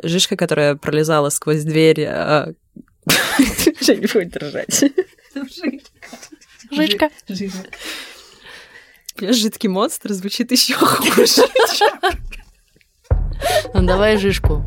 Жишка, которая пролезала сквозь дверь... Женя не будет ржать. Жичка. Жидкий монстр звучит еще хуже. Ну, давай Жишку.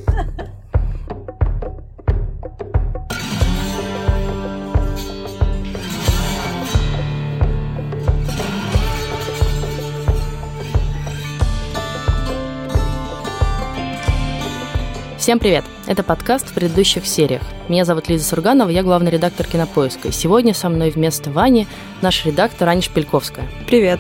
Всем привет! Это подкаст в предыдущих сериях. Меня зовут Лиза Сурганова, я главный редактор «Кинопоиска». И сегодня со мной вместо Вани наш редактор Аня Шпильковская. Привет!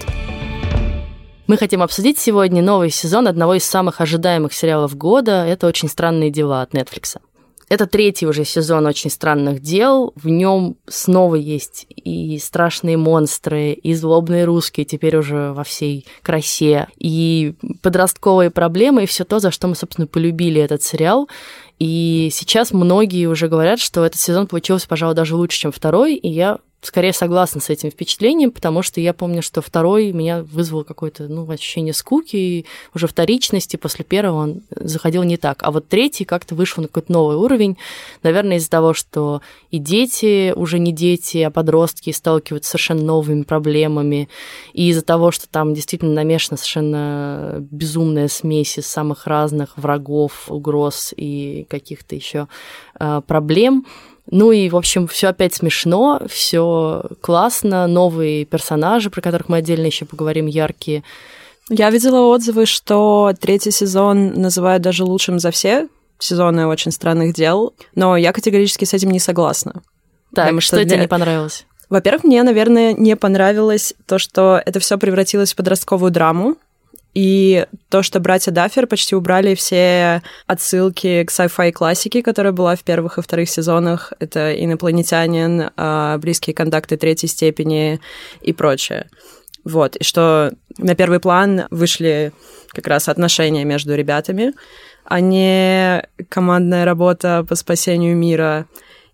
Мы хотим обсудить сегодня новый сезон одного из самых ожидаемых сериалов года. Это «Очень странные дела» от Netflix. Это третий уже сезон «Очень странных дел». В нем снова есть и страшные монстры, и злобные русские, теперь уже во всей красе, и подростковые проблемы, и все то, за что мы, собственно, полюбили этот сериал. И сейчас многие уже говорят, что этот сезон получился, пожалуй, даже лучше, чем второй, и я скорее согласна с этим впечатлением, потому что я помню, что второй меня вызвал какое-то, ощущение скуки и уже вторичности. После первого он заходил не так. А вот третий как-то вышел на какой-то новый уровень. Наверное, из-за того, что и дети уже не дети, а подростки сталкиваются с совершенно новыми проблемами. И из-за того, что там действительно намешана совершенно безумная смесь из самых разных врагов, угроз и каких-то еще проблем. Ну и, в общем, все опять смешно, все классно, новые персонажи, про которых мы отдельно еще поговорим, яркие. Я видела отзывы, что третий сезон называют даже лучшим за все сезоны «Очень странных дел», но я категорически с этим не согласна. Так, что тебе не понравилось? Во-первых, мне, наверное, не понравилось то, что это все превратилось в подростковую драму. И то, что братья Даффер почти убрали все отсылки к sci-fi классике, которая была в первых и вторых сезонах. Это «Инопланетянин», «Близкие контакты третьей степени» и прочее. Вот. И что на первый план вышли как раз отношения между ребятами, а не командная работа по спасению мира.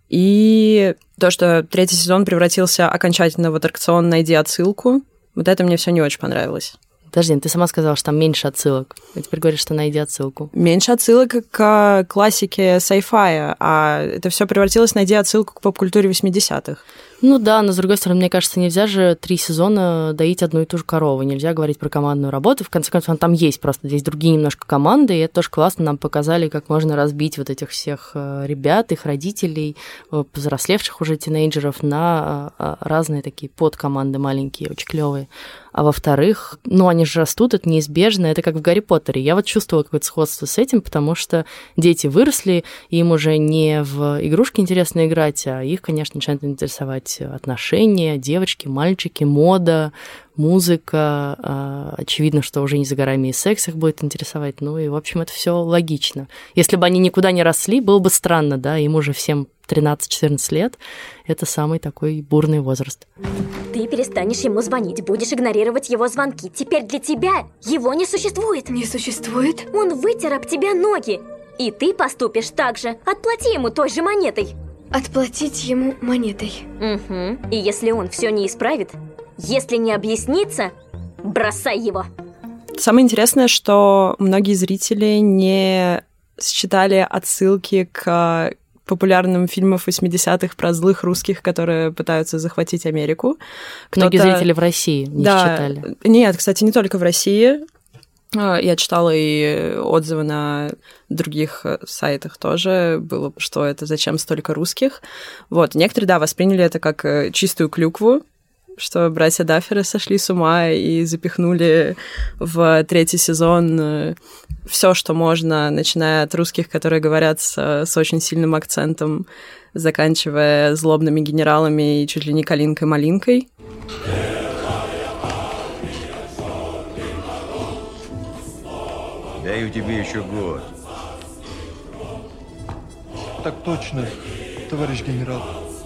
И то, что третий сезон превратился окончательно в аттракцион «Найди отсылку», вот это мне все не очень понравилось. Подожди, ты сама сказала, что там меньше отсылок. А теперь говоришь, что найди отсылку. Меньше отсылок к классике sci-fi, а это все превратилось в найди отсылку к поп-культуре 80-х. Ну да, но с другой стороны, мне кажется, нельзя же 3 сезона доить одну и ту же корову. Нельзя говорить про командную работу. В конце концов, там есть просто здесь другие немножко команды, и это тоже классно. Нам показали, как можно разбить вот этих всех ребят, их родителей, повзрослевших уже тинейджеров на разные такие подкоманды маленькие, очень клевые. А во-вторых, они же растут, это неизбежно, это как в «Гарри Поттере». Я вот чувствовала какое-то сходство с этим, потому что дети выросли, им уже не в игрушки интересно играть, а их, конечно, начинают интересовать отношения, девочки, мальчики, мода, музыка. Очевидно, что уже не за горами и секс их будет интересовать. И, в общем, это все логично. Если бы они никуда не росли, было бы странно, да, им уже всем 13-14 лет. Это самый такой бурный возраст. Ты перестанешь ему звонить, будешь игнорировать его звонки. Теперь для тебя его не существует. Не существует? Он вытер об тебя ноги. И ты поступишь так же. Отплати ему той же монетой. Отплатить ему монетой. Угу. И если он все не исправит, если не объяснится, бросай его. Самое интересное, что многие зрители не считали отсылки к популярным фильмам 80-х про злых русских, которые пытаются захватить Америку. Многие зрители в России не считали. Нет, кстати, не только в России. Я читала и отзывы на других сайтах тоже было, что это зачем столько русских. Вот, некоторые, восприняли это как чистую клюкву, что братья Дафферы сошли с ума и запихнули в третий сезон все, что можно, начиная от русских, которые говорят с очень сильным акцентом, заканчивая злобными генералами и чуть ли не калинкой-малинкой. Даю тебе еще год. Так точно, товарищ генерал.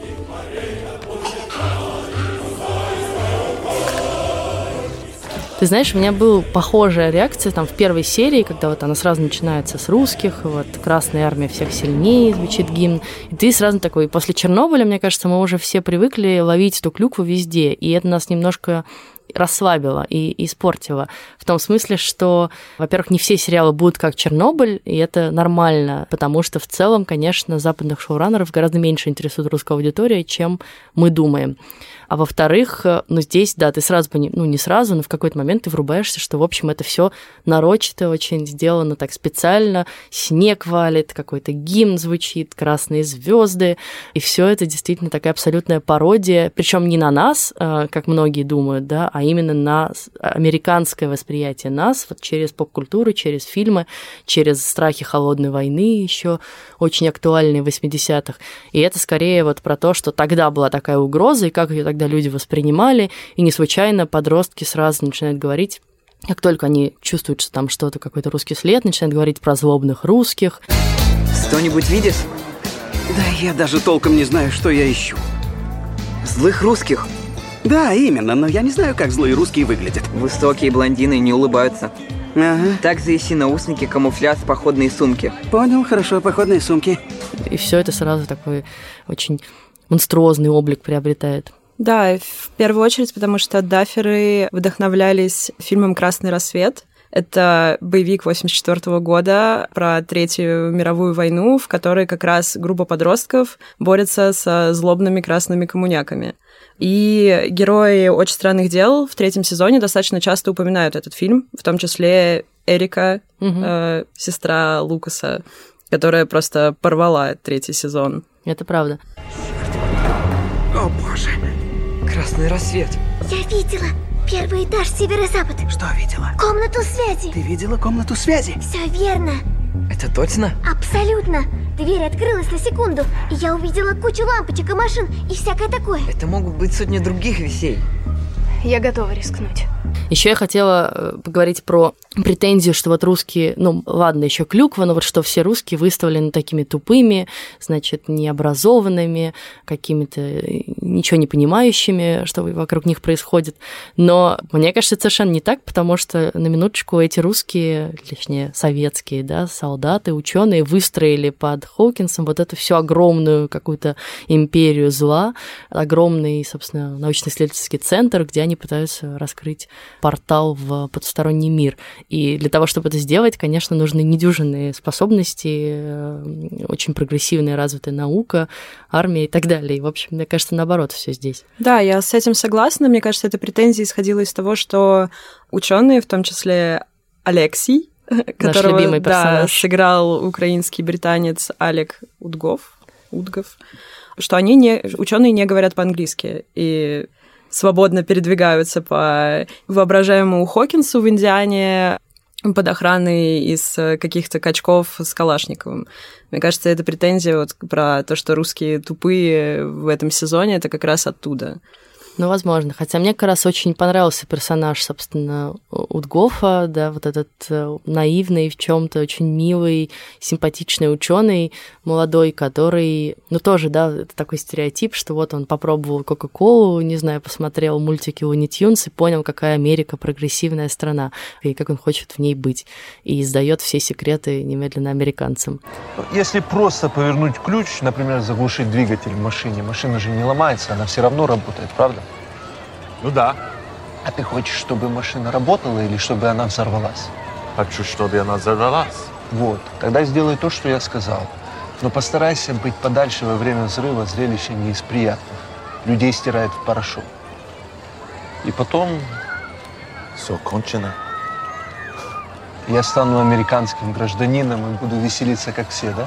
Ты знаешь, у меня была похожая реакция там в первой серии, когда вот она сразу начинается с русских, вот «Красная армия всех сильнее» звучит гимн, и ты сразу такой, после Чернобыля, мне кажется, мы уже все привыкли ловить эту клюкву везде, и это нас немножко расслабило и испортило. в том смысле, что, во-первых, не все сериалы будут как «Чернобыль», и это нормально, потому что в целом, конечно, западных шоураннеров гораздо меньше интересует русская аудитория, чем мы думаем. А во-вторых, здесь, да, ты сразу, не сразу, но в какой-то момент ты врубаешься, что, в общем, это все нарочито очень сделано так специально, снег валит, какой-то гимн звучит, красные звезды, и все это действительно такая абсолютная пародия, причем не на нас, как многие думают, да, а именно на американское восприятие нас, вот через поп-культуру, через фильмы, через страхи холодной войны, еще очень актуальные в 80-х. И это скорее вот про то, что тогда была такая угроза, и как ее тогда люди воспринимали, и не случайно подростки сразу начинают говорить, как только они чувствуют, что там что-то, какой-то русский след, начинают говорить про злобных русских. Что-нибудь видишь? Да я даже толком не знаю, что я ищу. Злых русских? Да, именно, но я не знаю, как злые русские выглядят. Высокие блондины не улыбаются. Ага. Также ищи наушники, камуфляж, походные сумки. Понял, хорошо, походные сумки. И все это сразу такой очень монструозный облик приобретает. Да, в первую очередь, потому что дафферы вдохновлялись фильмом «Красный рассвет». Это боевик 1984 года про Третью мировую войну, в которой как раз группа подростков борется со злобными красными коммуняками. И герои «Очень странных дел» в 3-м сезоне достаточно часто упоминают этот фильм, в том числе Эрика, сестра Лукаса, которая просто порвала 3-й сезон. Это правда. О, боже. Красный рассвет. Я видела первый этаж, северо-запад. Что видела? Комнату связи. Ты видела комнату связи? Все верно. Это точно? Абсолютно. Дверь открылась на секунду, и я увидела кучу лампочек и машин и всякое такое. Это могут быть сотни других вещей. Я готова рискнуть. Еще я хотела поговорить про претензию, что вот русские, ладно, еще клюква, но вот что все русские выставлены такими тупыми, значит, необразованными, какими-то ничего не понимающими, что вокруг них происходит. Но мне кажется, это совершенно не так, потому что на минуточку эти русские, точнее, советские, да, солдаты, ученые выстроили под Хоукинсом вот эту всю огромную какую-то империю зла, огромный, собственно, научно-исследовательский центр, где они пытаются раскрыть портал в потусторонний мир. И для того, чтобы это сделать, конечно, нужны недюжинные способности, очень прогрессивная развитая наука, армия и так далее. И, в общем, мне кажется, наоборот, все здесь. Да, я с этим согласна. Мне кажется, эта претензия исходила из того, что ученые, в том числе Алексей, которого сыграл украинский британец Алек Удгов, что ученые не говорят по-английски и свободно передвигаются по воображаемому Хокинсу в Индиане под охраной из каких-то качков с Калашниковым. Мне кажется, эта претензия вот про то, что русские тупые в этом сезоне, это как раз оттуда. Возможно. Хотя мне как раз очень понравился персонаж, собственно, Удгофа, да, вот этот наивный, в чем-то очень милый, симпатичный ученый молодой, который, тоже, да, это такой стереотип, что вот он попробовал Кока-Колу, не знаю, посмотрел мультики Луни Тюнс и понял, какая Америка прогрессивная страна, и как он хочет в ней быть, и сдает все секреты немедленно американцам. Если просто повернуть ключ, например, заглушить двигатель в машине, машина же не ломается, она все равно работает, правда? Ну да. А ты хочешь, чтобы машина работала или чтобы она взорвалась? Хочу, чтобы она взорвалась. Вот. Тогда сделай то, что я сказал. Но постарайся быть подальше во время взрыва, зрелище не из приятных. Людей стирает в порошок. И потом... Все кончено. Я стану американским гражданином и буду веселиться, как все, да?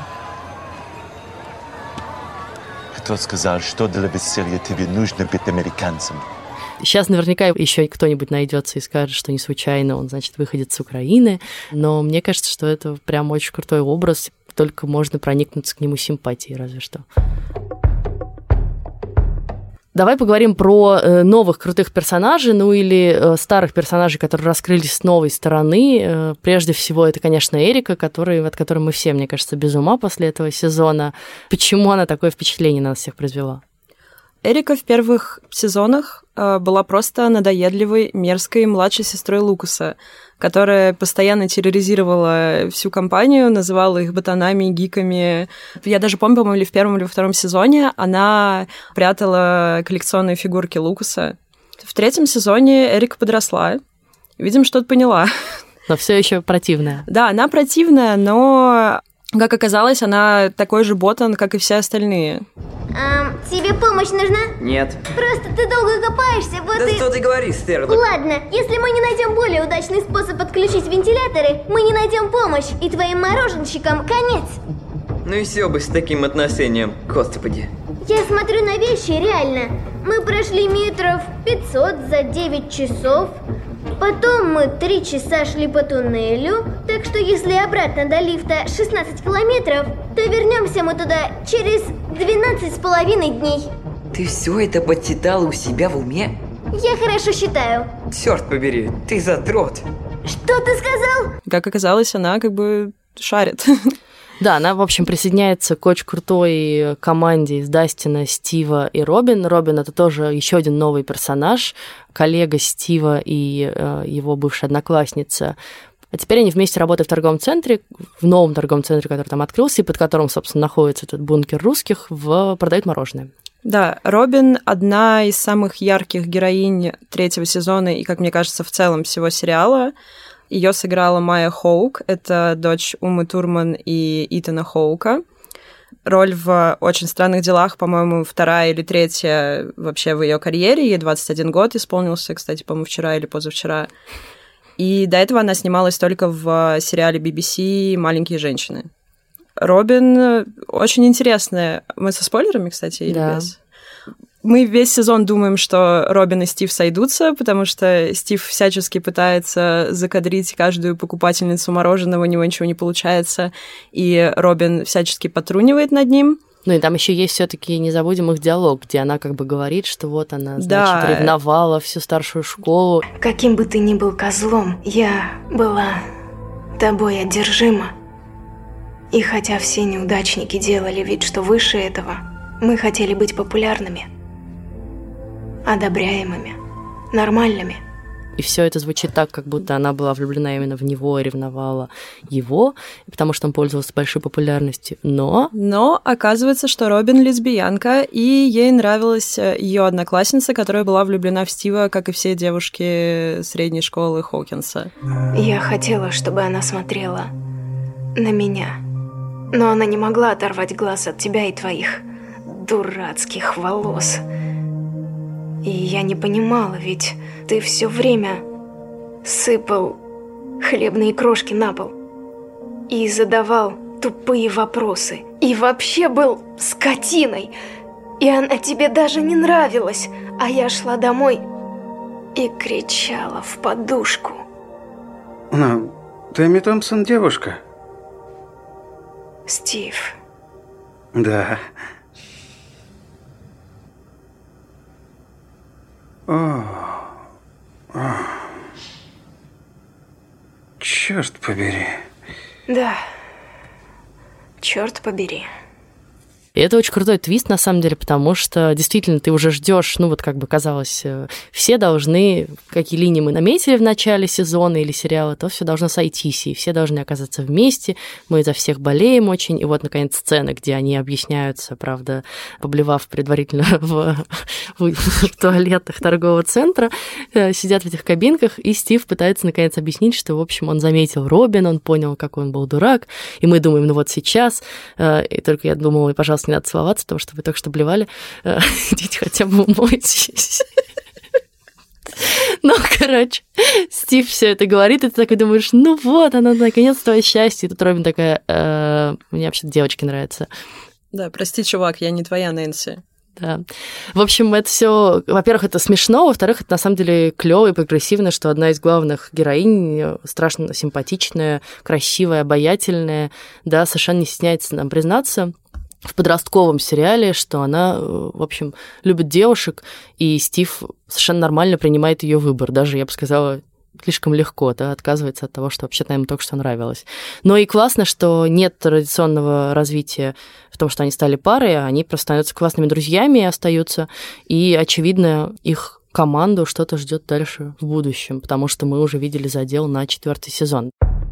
Кто сказал, что для веселья тебе нужно быть американцем? Сейчас наверняка еще кто-нибудь найдется и скажет, что не случайно он, значит, выходит с Украины, но мне кажется, что это прям очень крутой образ, только можно проникнуться к нему симпатией, разве что. Давай поговорим про новых крутых персонажей, или старых персонажей, которые раскрылись с новой стороны. Прежде всего, это, конечно, Эрика, от которой мы все, мне кажется, без ума после этого сезона. Почему она такое впечатление на нас всех произвела? Эрика в первых сезонах была просто надоедливой, мерзкой младшей сестрой Лукаса, которая постоянно терроризировала всю компанию, называла их ботанами, гиками. Я даже помню, по-моему, или в первом, или во втором сезоне она прятала коллекционные фигурки Лукаса. В 3-м сезоне Эрика подросла, Видимо, что-то поняла. Но все еще противная. Да, она противная, но, как оказалось, она такой же ботан, как и все остальные. Тебе помощь нужна? Нет. Просто ты долго копаешься, вот Да и... что ты говоришь, Стерлок? Ладно, если мы не найдем более удачный способ подключить вентиляторы, мы не найдем помощь, и твоим мороженщикам конец. Ну и все бы с таким отношением, господи. Я смотрю на вещи реально. Мы прошли метров 500 за 9 часов. Потом мы 3 часа шли по туннелю. Так что если обратно до лифта 16 километров, то вернемся мы туда через 12,5 дней. Ты все это подсчитала у себя в уме? Я хорошо считаю. Черт побери, ты задрот. Что ты сказал? Как оказалось, она как бы шарит. Да, она, в общем, присоединяется к очень крутой команде из Дастина, Стива и Робин. Робин — это тоже еще один новый персонаж, коллега Стива и его бывшая одноклассница. А теперь они вместе работают в торговом центре, в новом торговом центре, который там открылся, и под которым, собственно, находится этот бункер русских, продают мороженое. Да, Робин — одна из самых ярких героинь 3-го сезона и, как мне кажется, в целом всего сериала. Ее сыграла Майя Хоук, это дочь Умы Турман и Итана Хоука. Роль в «Очень странных делах», по-моему, 2-я или 3-я вообще в ее карьере. Ей 21 год исполнился, кстати, по-моему, вчера или позавчера. И до этого она снималась только в сериале BBC «Маленькие женщины». Робин очень интересная. Мы со спойлерами, кстати, или без? Мы весь сезон думаем, что Робин и Стив сойдутся, потому что Стив всячески пытается закадрить каждую покупательницу мороженого, у него ничего не получается, и Робин всячески потрунивает над ним. Ну и там еще есть все-таки, не забудем, их диалог, где она как бы говорит, что вот она, значит, ревновала всю старшую школу. Каким бы ты ни был козлом, я была тобой одержима. И хотя все неудачники делали вид, что выше этого, мы хотели быть популярными, одобряемыми, нормальными. И все это звучит так, как будто она была влюблена именно в него и ревновала его, потому что он пользовался большой популярностью. Но оказывается, что Робин лесбиянка, и ей нравилась ее одноклассница, которая была влюблена в Стива, как и все девушки средней школы Хокинса. Я хотела, чтобы она смотрела на меня, но она не могла оторвать глаз от тебя и твоих дурацких волос. И я не понимала, ведь ты все время сыпал хлебные крошки на пол и задавал тупые вопросы. И вообще был скотиной. И она тебе даже не нравилась. А я шла домой и кричала в подушку. Ну, Тэмми Томпсон девушка? Стив. Да. Черт побери. Да. Черт побери. И это очень крутой твист, на самом деле, потому что действительно ты уже ждешь, ну вот как бы казалось, все должны, какие линии мы наметили в начале сезона или сериала, то все должно сойтись, и все должны оказаться вместе, мы за всех болеем очень, и вот, наконец, сцена, где они объясняются, правда, поблевав предварительно в туалетах торгового центра, сидят в этих кабинках, и Стив пытается, наконец, объяснить, что, в общем, он заметил Робин, он понял, какой он был дурак, и мы думаем, ну вот сейчас, и только я думала, пожалуйста, не надо целоваться, потому что вы только что блевали. Идите хотя бы умойтесь. Ну, короче, Стив все это говорит, и ты такой думаешь, ну вот, оно наконец твое счастье. И тут Робин такая, мне вообще-то девочки нравятся. Да, прости, чувак, я не твоя Нэнси. Да. В общем, это все, во-первых, это смешно, во-вторых, это на самом деле клево и прогрессивно, что одна из главных героинь страшно симпатичная, красивая, обаятельная, да, совершенно не стесняется нам признаться в подростковом сериале, что она, в общем, любит девушек, и Стив совершенно нормально принимает ее выбор, даже, я бы сказала, слишком легко, да, отказывается от того, что вообще-то ему только что нравилось. Но и классно, что нет традиционного развития в том, что они стали парой, они просто становятся классными друзьями и остаются, и, очевидно, их команду что-то ждет дальше в будущем, потому что мы уже видели задел на 4-й сезон.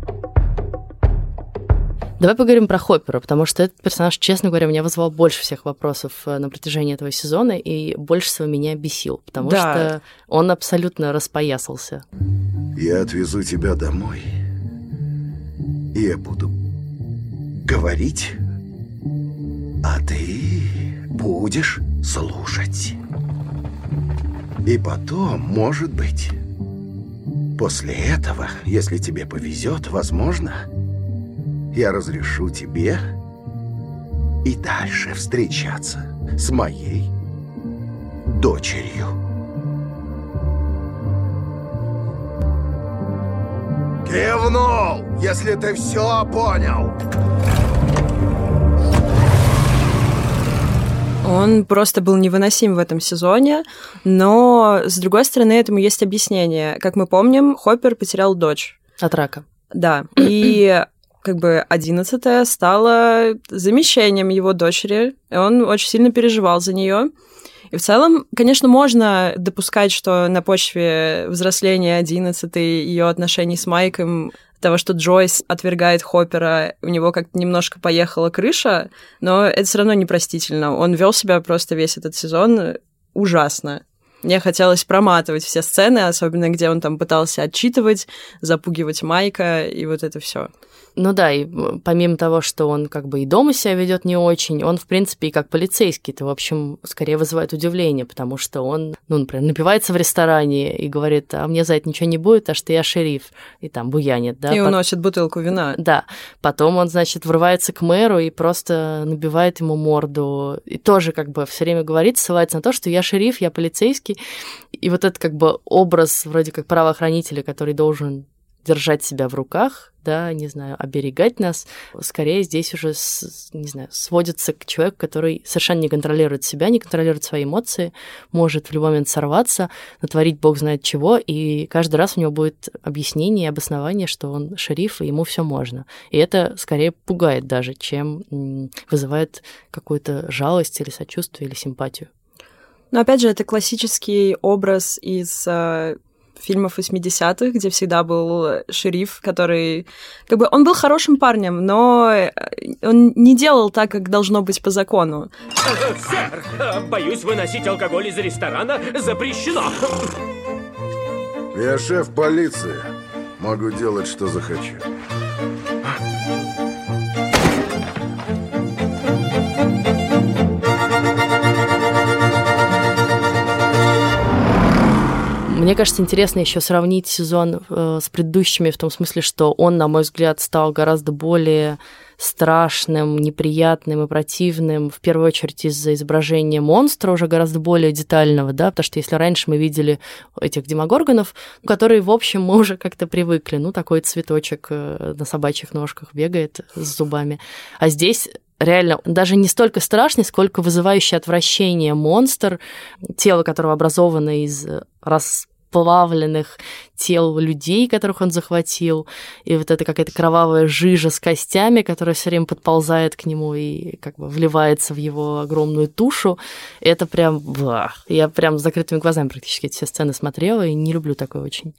Давай поговорим про Хоппера, потому что этот персонаж, честно говоря, меня вызвал больше всех вопросов на протяжении этого сезона и больше всего меня бесил, потому что он абсолютно распоясался. Я отвезу тебя домой, и я буду говорить, а ты будешь слушать. И потом, может быть, после этого, если тебе повезет, возможно, я разрешу тебе и дальше встречаться с моей дочерью. Кивнул, если ты все понял. Он просто был невыносим в этом сезоне, но, с другой стороны, этому есть объяснение. Как мы помним, Хоппер потерял дочь. От рака. Да, и как бы 11-я стала замещением его дочери, и он очень сильно переживал за нее. И в целом, конечно, можно допускать, что на почве взросления 11-й, ее отношений с Майком, того, что Джойс отвергает Хоппера, у него как-то немножко поехала крыша, но это все равно непростительно. Он вел себя просто весь этот сезон ужасно. Мне хотелось проматывать все сцены, особенно где он там пытался отчитывать, запугивать Майка и вот это все. Ну да, и помимо того, что он как бы и дома себя ведет не очень, он, в принципе, и как полицейский-то, в общем, скорее вызывает удивление, потому что он, ну, например, напивается в ресторане и говорит, а мне за это ничего не будет, а что я шериф, и там буянит, да. И уносит бутылку вина. Да, потом он, значит, врывается к мэру и просто набивает ему морду, и тоже как бы все время говорит, ссылается на то, что я шериф, я полицейский, и вот этот как бы образ вроде как правоохранителя, который должен держать себя в руках, да, не знаю, оберегать нас, скорее здесь уже, не знаю, сводится к человеку, который совершенно не контролирует себя, не контролирует свои эмоции, может в любой момент сорваться, натворить бог знает чего, и каждый раз у него будет объяснение и обоснование, что он шериф, и ему все можно. И это скорее пугает даже, чем вызывает какую-то жалость или сочувствие, или симпатию. Но опять же, это классический образ из фильмов 80-х, где всегда был шериф, который... Как бы он был хорошим парнем, но он не делал так, как должно быть по закону. Сэр, боюсь, выносить алкоголь из ресторана запрещено. Я шеф полиции. Могу делать, что захочу. Мне кажется, интересно еще сравнить сезон с предыдущими, в том смысле, что он, на мой взгляд, стал гораздо более страшным, неприятным и противным, в первую очередь из-за изображения монстра, уже гораздо более детального, да, потому что если раньше мы видели этих демогоргонов, которые, в общем, мы уже как-то привыкли, ну, такой цветочек на собачьих ножках бегает с зубами, а здесь реально даже не столько страшный, сколько вызывающий отвращение монстр, тело которого образовано из расплавленных тел людей, которых он захватил, и вот это какая-то кровавая жижа с костями, которая все время подползает к нему и как бы вливается в его огромную тушу. Это прям... Я прям с закрытыми глазами практически эти все сцены смотрела, и не люблю такое очень.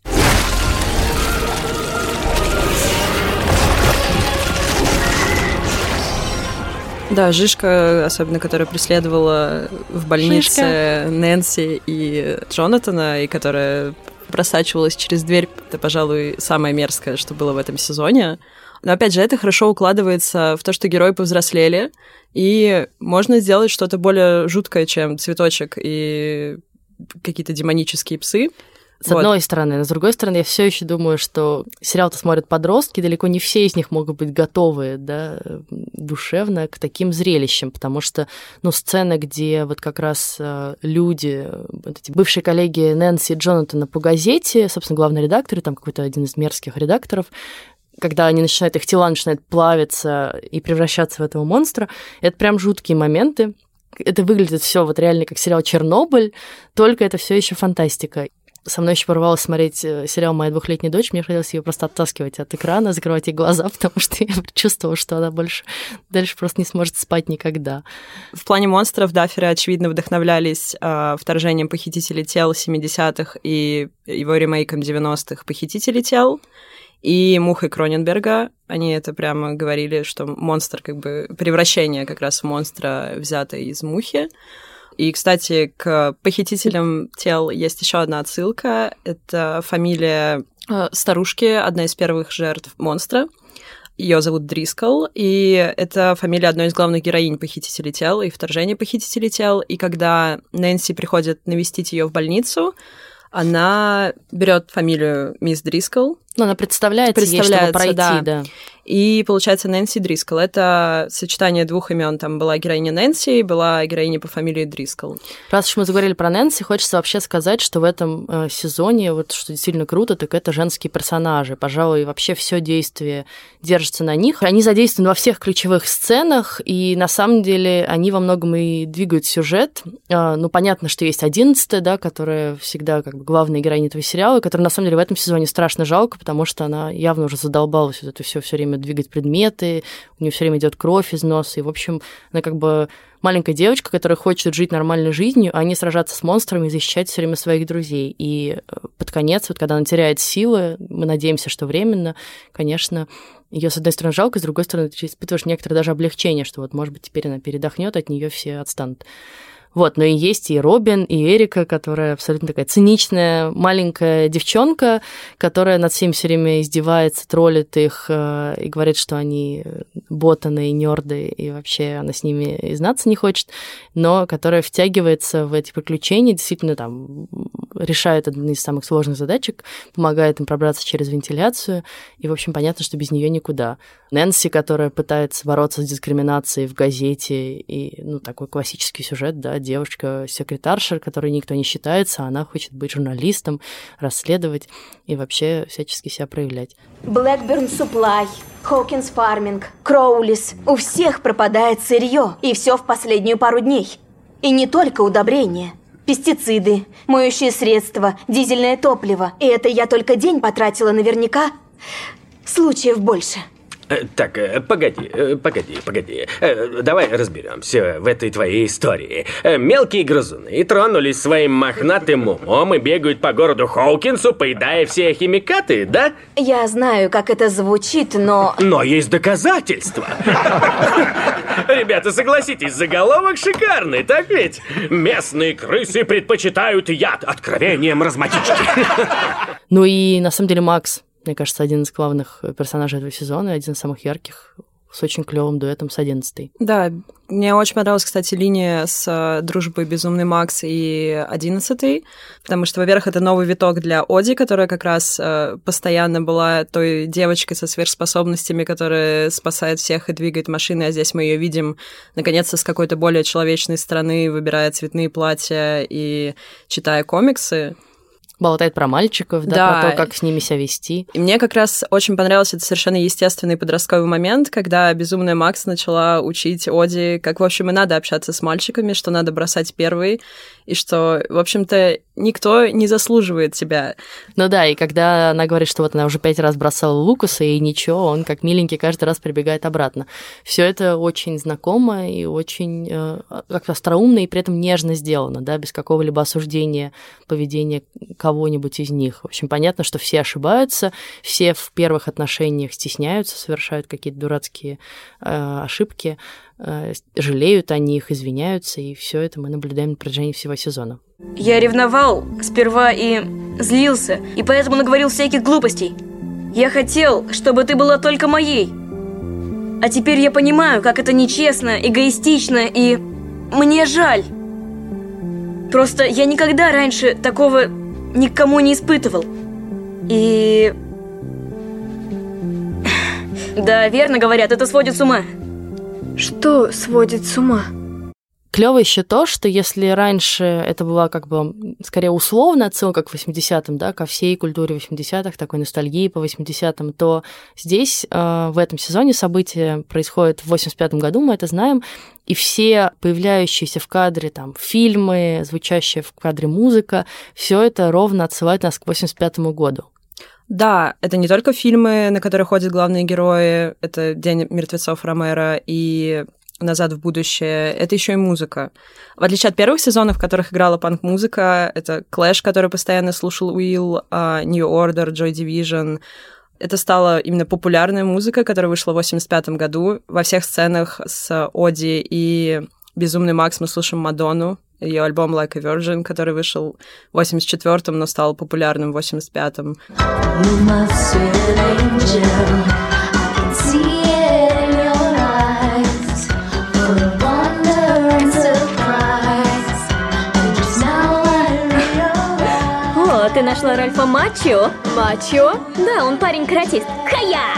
Да, Жижка, особенно которая преследовала в больнице Нэнси и Джонатана, и которая просачивалась через дверь, это, пожалуй, самое мерзкое, что было в этом сезоне. Но, опять же, это хорошо укладывается в то, что герои повзрослели, и можно сделать что-то более жуткое, чем цветочек и какие-то демонические псы. С одной стороны, но с другой стороны, я все еще думаю, что сериал-то смотрят подростки, далеко не все из них могут быть готовы, да, душевно к таким зрелищам, потому что, ну, сцена, где вот как раз люди, вот эти бывшие коллеги Нэнси и Джонатана по газете, собственно, главный редактор, там какой-то один из мерзких редакторов, когда они начинают, их тела начинают плавиться и превращаться в этого монстра, это прям жуткие моменты. Это выглядит все вот реально как сериал «Чернобыль», только это все еще фантастика. Со мной еще порвалось смотреть сериал «Моя двухлетняя дочь». Мне хотелось ее просто оттаскивать от экрана, закрывать ей глаза, потому что я чувствовала, что она дальше просто не сможет спать никогда. В плане монстров Дафферы, очевидно, вдохновлялись вторжением «Похитителей тел» 70-х и его ремейком 90-х «Похитители тел». И Мухой Кроненберга, они это прямо говорили, что монстр, как бы превращение как раз в монстра, взято из Мухи. И, кстати, к похитителям тел есть еще одна отсылка. Это фамилия старушки, одна из первых жертв монстра. Ее зовут Дрискл, и это фамилия одной из главных героинь «Похитителей тел» и «Вторжения похитителей тел». И когда Нэнси приходит навестить ее в больницу, она берет фамилию мисс Дрискл. Ну, она представляется ей, чтобы пройти, да. И получается Нэнси Дрискл. Это сочетание двух имен. Там была героиня Нэнси и была героиня по фамилии Дрискл. Раз уж мы заговорили про Нэнси, хочется вообще сказать, что в этом сезоне, вот что действительно круто, так это женские персонажи. Пожалуй, вообще все действие держится на них. Они задействованы во всех ключевых сценах, и на самом деле они во многом и двигают сюжет. Ну, понятно, что есть 11-я, да, которая всегда как бы главная героиня этого сериала, которая на самом деле в этом сезоне страшно жалко, потому что она явно уже задолбалась вот это все время двигать предметы, у нее все время идет кровь из носа, и, в общем, она как бы маленькая девочка, которая хочет жить нормальной жизнью, а не сражаться с монстрами и защищать все время своих друзей. И под конец, вот когда она теряет силы, мы надеемся, что временно, конечно, ее с одной стороны жалко, с другой стороны, ты испытываешь некоторое даже облегчение, что вот, может быть, теперь она передохнет, от нее все отстанут. Вот, но и есть и Робин, и Эрика, которая абсолютно такая циничная маленькая девчонка, которая над всеми все время издевается, троллит их и говорит, что они ботаны и нерды, и вообще она с ними и знаться не хочет, но которая втягивается в эти приключения, действительно там решает одну из самых сложных задачек, помогает им пробраться через вентиляцию, и, в общем, понятно, что без нее никуда. Нэнси, которая пытается бороться с дискриминацией в газете, и, ну, такой классический сюжет, да, девочка-секретарша, которой никто не считается, а она хочет быть журналистом, расследовать и вообще всячески себя проявлять. Blackburn Supply, Hawkins Farming, Кроулис. У всех пропадает сырье, и все в последнюю пару дней. И не только удобрения. Пестициды, моющие средства, дизельное топливо. И это я только день потратила наверняка. Случаев больше. Так, погоди. Давай разберемся в этой твоей истории. Мелкие грызуны тронулись своим мохнатым умом и бегают по городу Хоукинсу, поедая все химикаты, да? Я знаю, как это звучит, но... Но есть доказательства. Ребята, согласитесь, заголовок шикарный, так ведь? Местные крысы предпочитают яд откровением разматички. Ну и на самом деле Макс, мне кажется, один из главных персонажей этого сезона, один из самых ярких, с очень клевым дуэтом с 11-й. Да, мне очень понравилась, кстати, линия с дружбой Безумный Макс и 11-й, потому что, во-первых, это новый виток для Оди, которая как раз постоянно была той девочкой со сверхспособностями, которая спасает всех и двигает машины, а здесь мы ее видим, наконец-то, с какой-то более человечной стороны, выбирая цветные платья и читая комиксы. Болтает про мальчиков, да, про то, как с ними себя вести. И мне как раз очень понравился этот совершенно естественный подростковый момент, когда Безумная Макс начала учить Оди, как, в общем, и надо общаться с мальчиками, что надо бросать первый, и что, в общем-то, никто не заслуживает тебя. Ну да, и когда она говорит, что вот она уже 5 раз бросала Лукаса, и ничего, он как миленький каждый раз прибегает обратно. Все это очень знакомо и очень как-то остроумно, и при этом нежно сделано, да, без какого-либо осуждения поведения кого-нибудь из них. В общем, понятно, что все ошибаются, все в первых отношениях стесняются, совершают какие-то дурацкие ошибки, жалеют о них, извиняются, и все это мы наблюдаем на протяжении всего сезона. Я ревновал сперва и злился, и поэтому наговорил всяких глупостей. Я хотел, чтобы ты была только моей. А теперь я понимаю, как это нечестно, эгоистично, и мне жаль. Просто я никогда раньше такого никому не испытывал. И... Да, верно говорят, это сводит с ума. Что сводит с ума? Клево еще то, что если раньше это была как бы скорее условная отсылка к 80-м, да, ко всей культуре 80-х, такой ностальгии по 80-м, то здесь в этом сезоне события происходят в 85-м году, мы это знаем, и все появляющиеся в кадре там фильмы, звучащая в кадре музыка, все это ровно отсылает нас к 85-му году. Да, это не только фильмы, на которые ходят главные герои, это «День мертвецов» Ромеро и «Назад в будущее», это еще и музыка. В отличие от первых сезонов, в которых играла панк-музыка, это Clash, который постоянно слушал Уилл, New Order, Joy Division. Это стала именно популярная музыка, которая вышла в 1985 году. Во всех сценах с Оди и Безумный Макс мы слушаем Мадонну, ее альбом Like a Virgin, который вышел в 84-м, но стал популярным в 85-м. О, ты нашла Ральфа Мачо? Мачо? Да, он парень-каратист. Хая!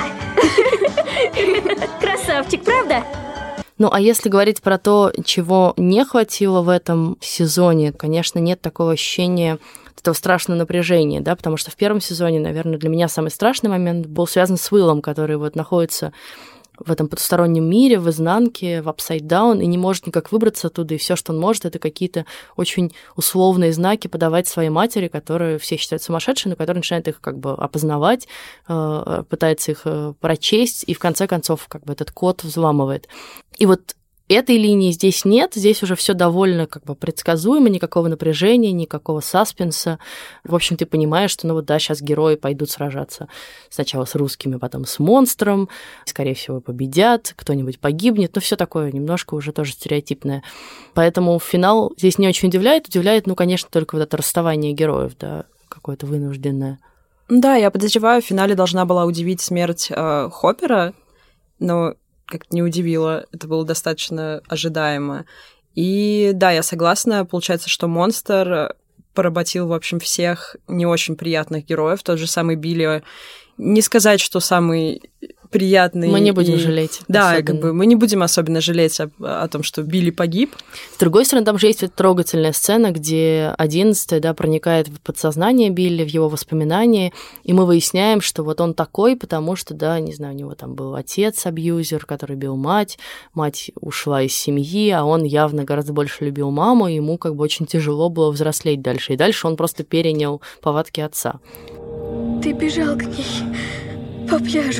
Красавчик, правда? Ну, а если говорить про то, чего не хватило в этом сезоне, конечно, нет такого ощущения этого страшного напряжения, да, потому что в первом сезоне, наверное, для меня самый страшный момент был связан с Уиллом, который вот находится в этом потустороннем мире, в изнанке, в Upside Down, и не может никак выбраться оттуда, и все, что он может, это какие-то очень условные знаки подавать своей матери, которые все считают сумасшедшими, но которая начинает их как бы опознавать, пытается их прочесть, и в конце концов как бы этот код взламывает. И вот этой линии здесь нет, здесь уже все довольно как бы предсказуемо, никакого напряжения, никакого саспенса. В общем, ты понимаешь, что, ну вот да, сейчас герои пойдут сражаться сначала с русскими, потом с монстром, скорее всего, победят, кто-нибудь погибнет, ну все такое немножко уже тоже стереотипное. Поэтому финал здесь не очень удивляет, ну, конечно, только вот это расставание героев, да, какое-то вынужденное. Да, я подозреваю, в финале должна была удивить смерть Хоппера, но как-то не удивило, это было достаточно ожидаемо. И да, я согласна, получается, что монстр поработил, в общем, всех не очень приятных героев, тот же самый Билли. Не сказать, что самый приятный. Мы не будем жалеть. Да, особенно. как бы мы не будем особенно жалеть о том, что Билли погиб. С другой стороны, там же есть эта трогательная сцена, где 11-й, да, проникает в подсознание Билли, в его воспоминания, и мы выясняем, что вот он такой, потому что, да, не знаю, у него там был отец-абьюзер, который бил мать ушла из семьи, а он явно гораздо больше любил маму, и ему как бы очень тяжело было взрослеть дальше. И дальше он просто перенял повадки отца. Ты бежал к ней по пляжу.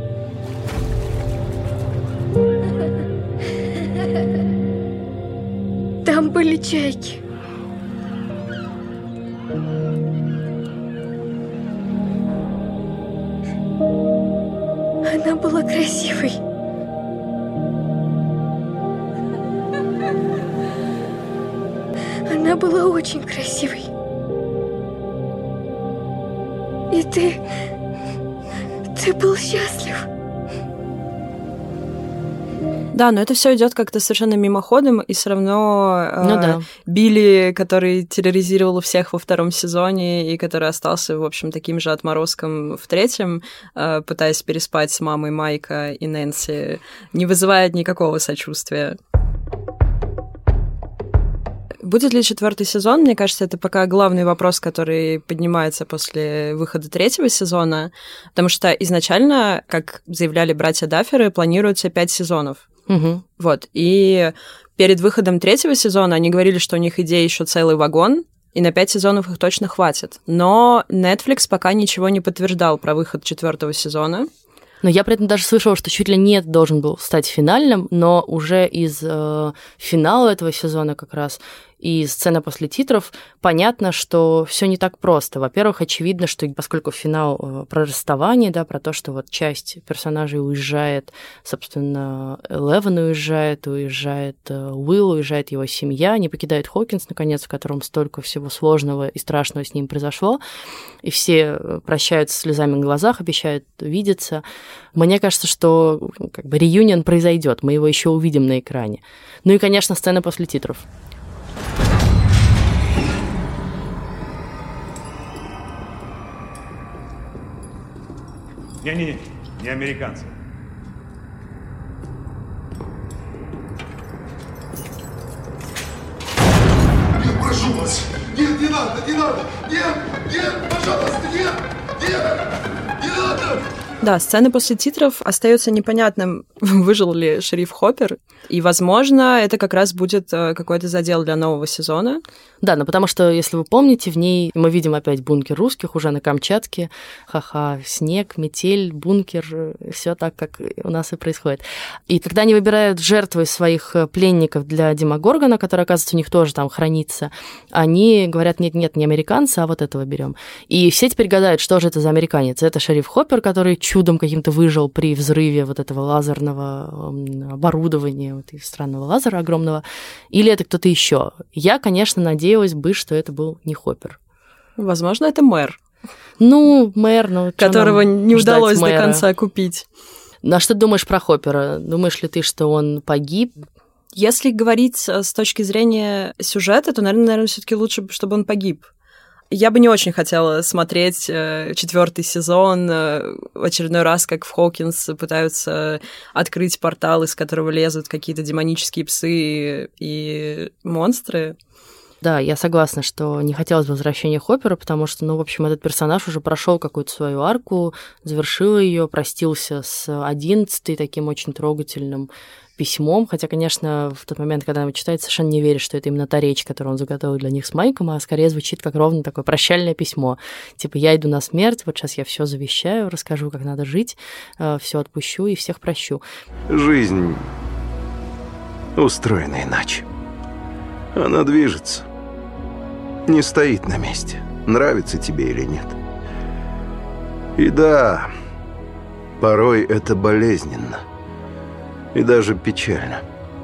Там были чайки. Она была красивой. Она была очень красивой. И ты был счастлив. Да, но это все идет как-то совершенно мимоходом, и все равно Билли, который терроризировал всех во втором сезоне, и который остался, в общем, таким же отморозком в третьем, пытаясь переспать с мамой Майка и Нэнси, не вызывает никакого сочувствия. Будет ли 4-й сезон? Мне кажется, это пока главный вопрос, который поднимается после выхода 3-го сезона, потому что изначально, как заявляли братья Дафферы, планируется 5 сезонов. Угу. Вот, и перед выходом 3-го сезона они говорили, что у них идей еще целый вагон, и на 5 сезонов их точно хватит. Но Netflix пока ничего не подтверждал про выход 4-го сезона. Но я при этом даже слышала, что чуть ли нет должен был стать финальным, но уже из финала этого сезона как раз и сцена после титров понятно, что все не так просто. Во-первых, очевидно, что поскольку финал про расставание, да, про то, что вот часть персонажей уезжает, собственно, Элевен уезжает Уилл, уезжает его семья, не покидает Хокинс, наконец, в котором столько всего сложного и страшного с ним произошло, и все прощаются с слезами в глазах, обещают видеться. Мне кажется, что как бы реюнион произойдет, мы его еще увидим на экране. Ну и, конечно, сцена после титров. Не-не-не, не американцы. Я прошу вас, нет, не надо, нет, пожалуйста, нет, не надо. Да, сцены после титров остается непонятным, выжил ли шериф Хоппер, и, возможно, это как раз будет какой-то задел для нового сезона. Да, но потому что, если вы помните, в ней мы видим опять бункер русских уже на Камчатке. Ха-ха, снег, метель, бункер, все так, как у нас и происходит. И когда они выбирают жертвы своих пленников для Демогоргона, который, оказывается, у них тоже там хранится, они говорят, нет, не американца, а вот этого берем. И все теперь гадают, что же это за американец. Это шериф Хоппер, который чудом каким-то выжил при взрыве вот этого лазерного оборудования, вот этого странного лазера огромного, или это кто-то еще. Я, конечно, надеялась бы, что это был не Хоппер. Возможно, это мэр. Ну, мэр, ну... Которого не удалось до конца купить. А что ты думаешь про Хоппера? Думаешь ли ты, что он погиб? Если говорить с точки зрения сюжета, то, наверное, все-таки лучше, чтобы он погиб. Я бы не очень хотела смотреть 4-й сезон в очередной раз, как в Хоукинс пытаются открыть портал, из которого лезут какие-то демонические псы и монстры. Да, я согласна, что не хотелось бы возвращения Хоппера, потому что, ну, в общем, этот персонаж уже прошел какую-то свою арку, завершил ее, простился с 11-й таким очень трогательным письмом, хотя, конечно, в тот момент, когда он читает, совершенно не веришь, что это именно та речь, которую он заготовил для них с Майком, а скорее звучит как ровно такое прощальное письмо. Типа, я иду на смерть, вот сейчас я все завещаю, расскажу, как надо жить, все отпущу и всех прощу. Жизнь устроена иначе. Она движется, не стоит на месте, нравится тебе или нет. И да, порой это болезненно. И даже печально.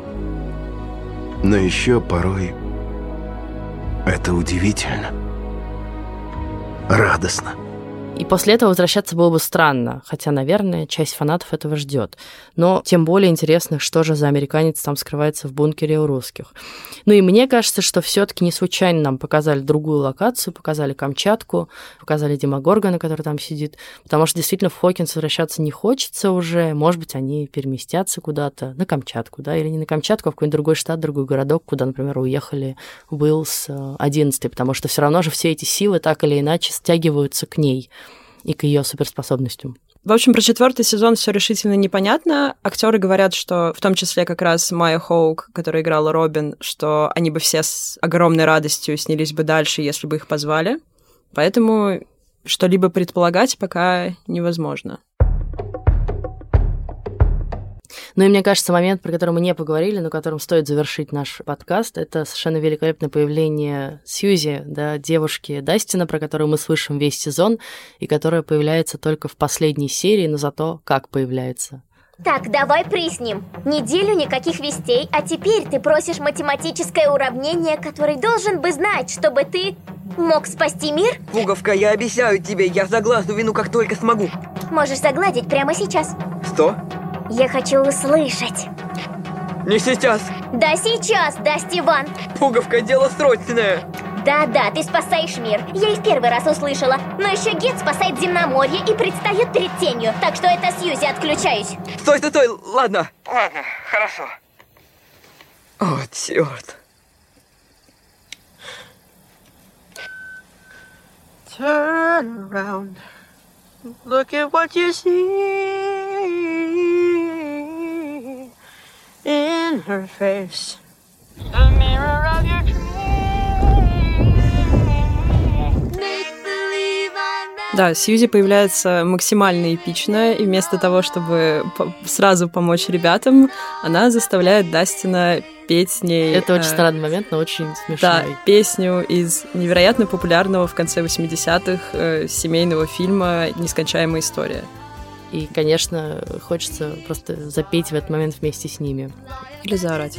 Но еще порой это удивительно. Радостно. И после этого возвращаться было бы странно, хотя, наверное, часть фанатов этого ждет. Но тем более интересно, что же за американец там скрывается в бункере у русских. Ну и мне кажется, что все-таки не случайно нам показали другую локацию, показали Камчатку, показали Демогоргона, который там сидит, потому что действительно в Хокинс возвращаться не хочется уже. Может быть, они переместятся куда-то на Камчатку, да, или не на Камчатку, а в какой-нибудь другой штат, другой городок, куда, например, уехали Уилл с 11-й, потому что все равно же все эти силы так или иначе стягиваются к ней и к ее суперспособностям. В общем, про 4-й сезон все решительно непонятно. Актеры говорят, что в том числе как раз Майя Хоук, которая играла Робин, что они бы все с огромной радостью снялись бы дальше, если бы их позвали. Поэтому что-либо предполагать пока невозможно. Ну и мне кажется, момент, про который мы не поговорили, но которым стоит завершить наш подкаст, это совершенно великолепное появление Сьюзи, да, девушки Дастина, про которую мы слышим весь сезон, и которая появляется только в последней серии, но зато как появляется. Так, давай проясним. Неделю никаких вестей, а теперь ты просишь математическое уравнение, которое должен бы знать, чтобы ты мог спасти мир? Пуговка, я обещаю тебе, я заглажу вину, как только смогу. Можешь загладить прямо сейчас. Что? Я хочу услышать. Не сейчас. Да сейчас, Дасти Ван. Пуговка, дело срочное. Да-да, ты спасаешь мир. Я и в первый раз услышала. Но еще Гет спасает земноморье и предстает перед тенью. Так что это Сьюзи, отключаюсь. Стой, ладно. Ладно, хорошо. О, черт. Turn around. Look at what you see in her face. The mirror of your dreams. Да, Сьюзи появляется максимально эпично, и вместо того, чтобы сразу помочь ребятам, она заставляет Дастина петь с ней... Это очень странный момент, но очень смешной. Да, песню из невероятно популярного в конце 80-х семейного фильма «Нескончаемая история». И, конечно, хочется просто запеть в этот момент вместе с ними. Или заорать.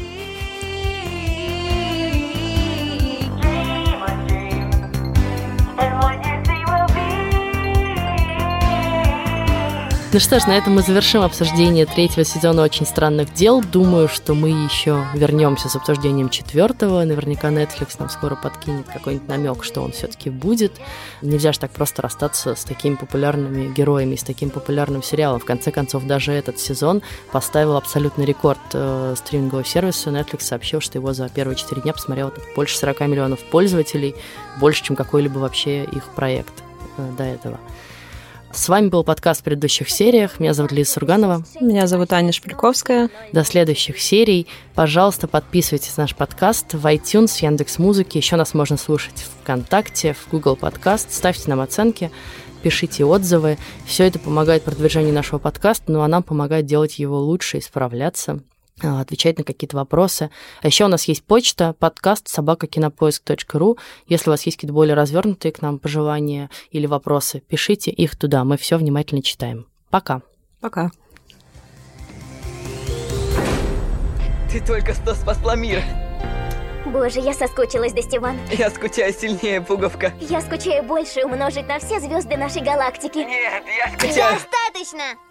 Ну что ж, на этом мы завершим обсуждение 3-го сезона «Очень странных дел». Думаю, что мы еще вернемся с обсуждением 4-го. Наверняка Netflix нам скоро подкинет какой-нибудь намек, что он все-таки будет. Нельзя же так просто расстаться с такими популярными героями, с таким популярным сериалом. В конце концов, даже этот сезон поставил абсолютный рекорд стримингового сервиса. Netflix сообщил, что его за первые 4 дня посмотрело больше 40 миллионов пользователей, больше, чем какой-либо вообще их проект до этого. С вами был подкаст в предыдущих сериях. Меня зовут Лиза Сурганова. Меня зовут Аня Шпильковская. До следующих серий. Пожалуйста, подписывайтесь на наш подкаст в iTunes, в Яндекс.Музыке. Еще нас можно слушать в ВКонтакте, в Google Подкаст. Ставьте нам оценки, пишите отзывы. Все это помогает продвижению нашего подкаста, ну а нам помогает делать его лучше, исправляться, отвечать на какие-то вопросы. А еще у нас есть почта, подкаст @кинопоиск.ру. Если у вас есть какие-то более развернутые к нам пожелания или вопросы, пишите их туда, мы все внимательно читаем. Пока. Пока. Ты только что спасла мир. Боже, я соскучилась, Дастиван. Я скучаю сильнее, Пуговка. Я скучаю больше умножить на все звезды нашей галактики. Нет, я скучаю. Достаточно!